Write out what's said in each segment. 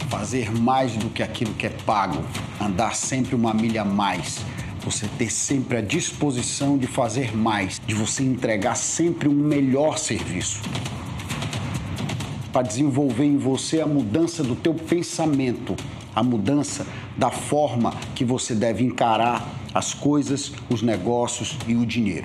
fazer mais do que aquilo que é pago, andar sempre uma milha a mais, você ter sempre a disposição de fazer mais, de você entregar sempre um melhor serviço. Para desenvolver em você a mudança do teu pensamento, a mudança da forma que você deve encarar as coisas, os negócios e o dinheiro.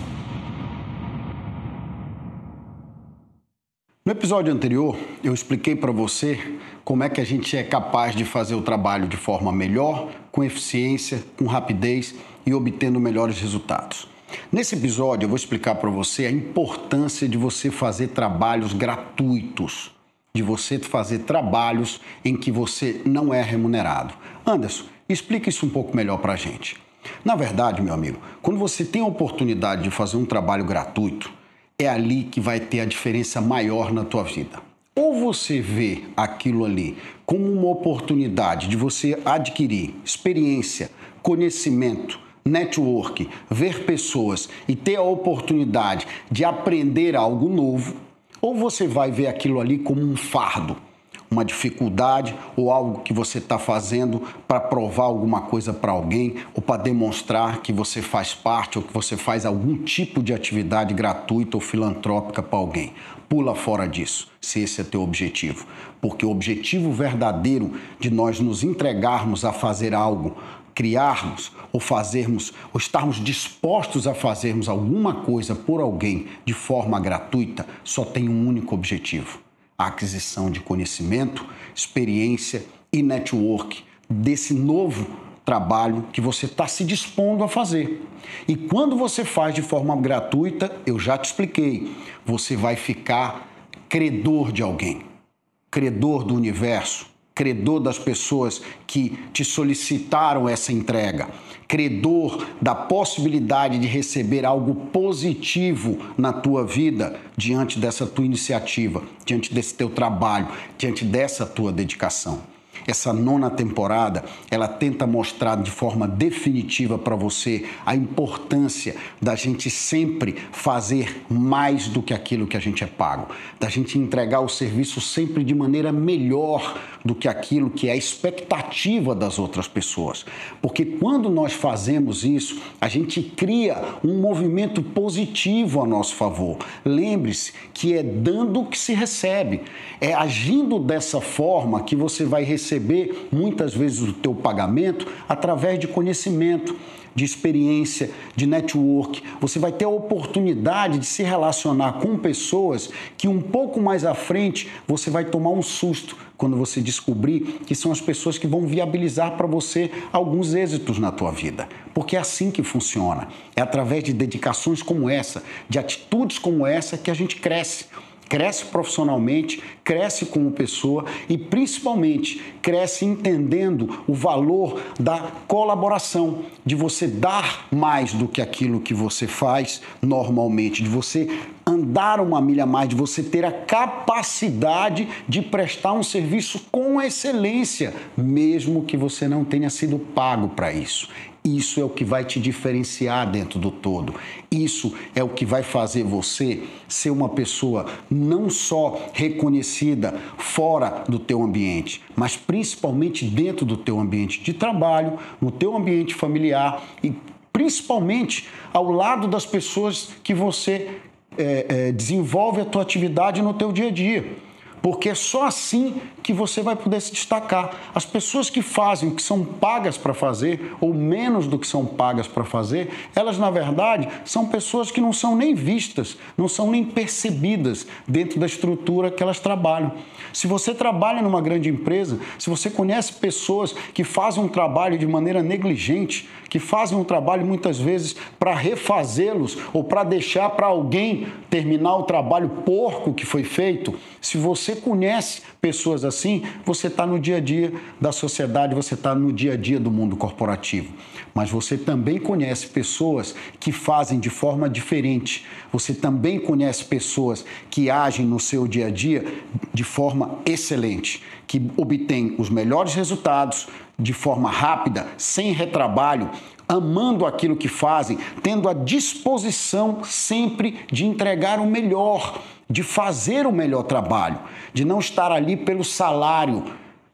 No episódio anterior, eu expliquei para você como é que a gente é capaz de fazer o trabalho de forma melhor, com eficiência, com rapidez e obtendo melhores resultados. Nesse episódio, eu vou explicar para você a importância de você fazer trabalhos gratuitos, de você fazer trabalhos em que você não é remunerado. Anderson, explica isso um pouco melhor para a gente. Na verdade, meu amigo, quando você tem a oportunidade de fazer um trabalho gratuito, é ali que vai ter a diferença maior na tua vida. Ou você vê aquilo ali como uma oportunidade de você adquirir experiência, conhecimento, network, ver pessoas e ter a oportunidade de aprender algo novo, ou você vai ver aquilo ali como um fardo, uma dificuldade ou algo que você está fazendo para provar alguma coisa para alguém ou para demonstrar que você faz parte ou que você faz algum tipo de atividade gratuita ou filantrópica para alguém. Pula fora disso, se esse é teu objetivo. Porque o objetivo verdadeiro de nós nos entregarmos a fazer algo, criarmos ou fazermos, ou estarmos dispostos a fazermos alguma coisa por alguém de forma gratuita, só tem um único objetivo: a aquisição de conhecimento, experiência e network desse novo trabalho que você está se dispondo a fazer. E quando você faz de forma gratuita, eu já te expliquei, você vai ficar credor de alguém, credor do universo, credor das pessoas que te solicitaram essa entrega, credor da possibilidade de receber algo positivo na tua vida diante dessa tua iniciativa, diante desse teu trabalho, diante dessa tua dedicação. Essa 9ª temporada, ela tenta mostrar de forma definitiva para você a importância da gente sempre fazer mais do que aquilo que a gente é pago, da gente entregar o serviço sempre de maneira melhor do que aquilo que é a expectativa das outras pessoas. Porque quando nós fazemos isso, a gente cria um movimento positivo a nosso favor. Lembre-se que é dando que se recebe, é agindo dessa forma que você vai receber muitas vezes o teu pagamento através de conhecimento, de experiência, de network. Você vai ter a oportunidade de se relacionar com pessoas que um pouco mais à frente você vai tomar um susto quando você descobrir que são as pessoas que vão viabilizar para você alguns êxitos na tua vida. Porque é assim que funciona. É através de dedicações como essa, de atitudes como essa que a gente cresce. Cresce profissionalmente, cresce como pessoa e, principalmente, cresce entendendo o valor da colaboração, de você dar mais do que aquilo que você faz normalmente, de você andar uma milha a mais, de você ter a capacidade de prestar um serviço com excelência, mesmo que você não tenha sido pago para isso. Isso é o que vai te diferenciar dentro do todo. Isso é o que vai fazer você ser uma pessoa não só reconhecida fora do teu ambiente, mas principalmente dentro do teu ambiente de trabalho, no teu ambiente familiar e principalmente ao lado das pessoas que você desenvolve a tua atividade no teu dia a dia. Porque é só assim que você vai poder se destacar. As pessoas que fazem o que são pagas para fazer, ou menos do que são pagas para fazer, elas, na verdade, são pessoas que não são nem vistas, não são nem percebidas dentro da estrutura que elas trabalham. Se você trabalha numa grande empresa, se você conhece pessoas que fazem um trabalho de maneira negligente, que fazem um trabalho muitas vezes para refazê-los ou para deixar para alguém terminar o trabalho porco que foi feito, se você conhece pessoas assim, você está no dia a dia da sociedade, você está no dia a dia do mundo corporativo. Mas você também conhece pessoas que fazem de forma diferente. Você também conhece pessoas que agem no seu dia a dia de forma excelente, que obtêm os melhores resultados de forma rápida, sem retrabalho, amando aquilo que fazem, tendo a disposição sempre de entregar o melhor, de fazer o melhor trabalho, de não estar ali pelo salário,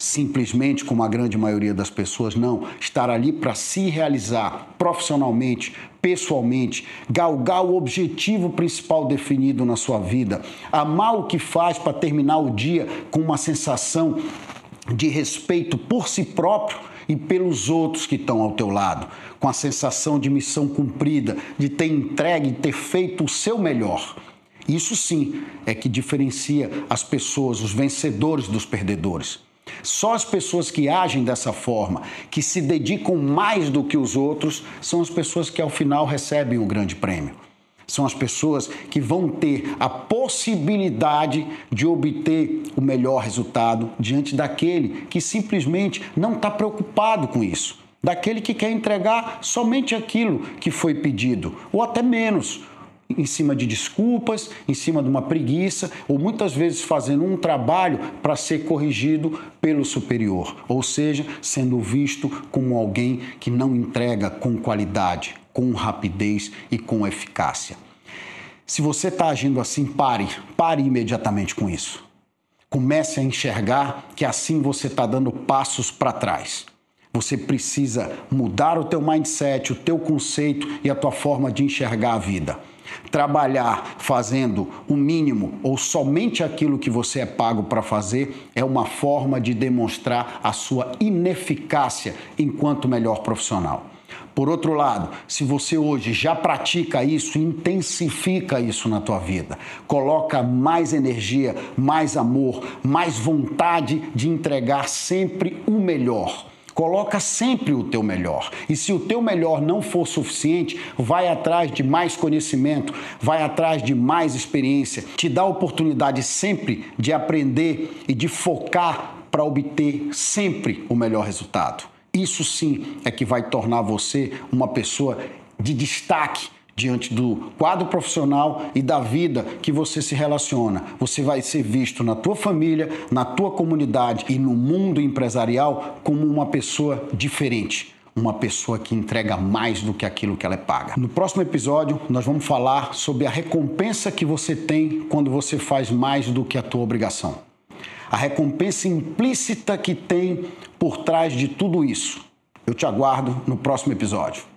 simplesmente como a grande maioria das pessoas, não. Estar ali para se realizar profissionalmente, pessoalmente, galgar o objetivo principal definido na sua vida, amar o que faz para terminar o dia com uma sensação de respeito por si próprio e pelos outros que estão ao teu lado, com a sensação de missão cumprida, de ter entregue e ter feito o seu melhor. Isso sim é que diferencia as pessoas, os vencedores dos perdedores. Só as pessoas que agem dessa forma, que se dedicam mais do que os outros, são as pessoas que ao final recebem o grande prêmio. São as pessoas que vão ter a possibilidade de obter o melhor resultado diante daquele que simplesmente não está preocupado com isso. Daquele que quer entregar somente aquilo que foi pedido, ou até menos, em cima de desculpas, em cima de uma preguiça, ou muitas vezes fazendo um trabalho para ser corrigido pelo superior, ou seja, sendo visto como alguém que não entrega com qualidade, com rapidez e com eficácia. Se você está agindo assim, pare imediatamente com isso. Comece a enxergar que assim você está dando passos para trás. Você precisa mudar o teu mindset, o teu conceito e a tua forma de enxergar a vida. Trabalhar fazendo o mínimo ou somente aquilo que você é pago para fazer é uma forma de demonstrar a sua ineficácia enquanto melhor profissional. Por outro lado, se você hoje já pratica isso, intensifica isso na tua vida. Coloca mais energia, mais amor, mais vontade de entregar sempre o melhor. Coloca sempre o teu melhor. E se o teu melhor não for suficiente, vai atrás de mais conhecimento, vai atrás de mais experiência. Te dá a oportunidade sempre de aprender e de focar para obter sempre o melhor resultado. Isso sim é que vai tornar você uma pessoa de destaque diante do quadro profissional e da vida que você se relaciona. Você vai ser visto na tua família, na tua comunidade e no mundo empresarial como uma pessoa diferente. Uma pessoa que entrega mais do que aquilo que ela é paga. No próximo episódio, nós vamos falar sobre a recompensa que você tem quando você faz mais do que a tua obrigação. A recompensa implícita que tem por trás de tudo isso. Eu te aguardo no próximo episódio.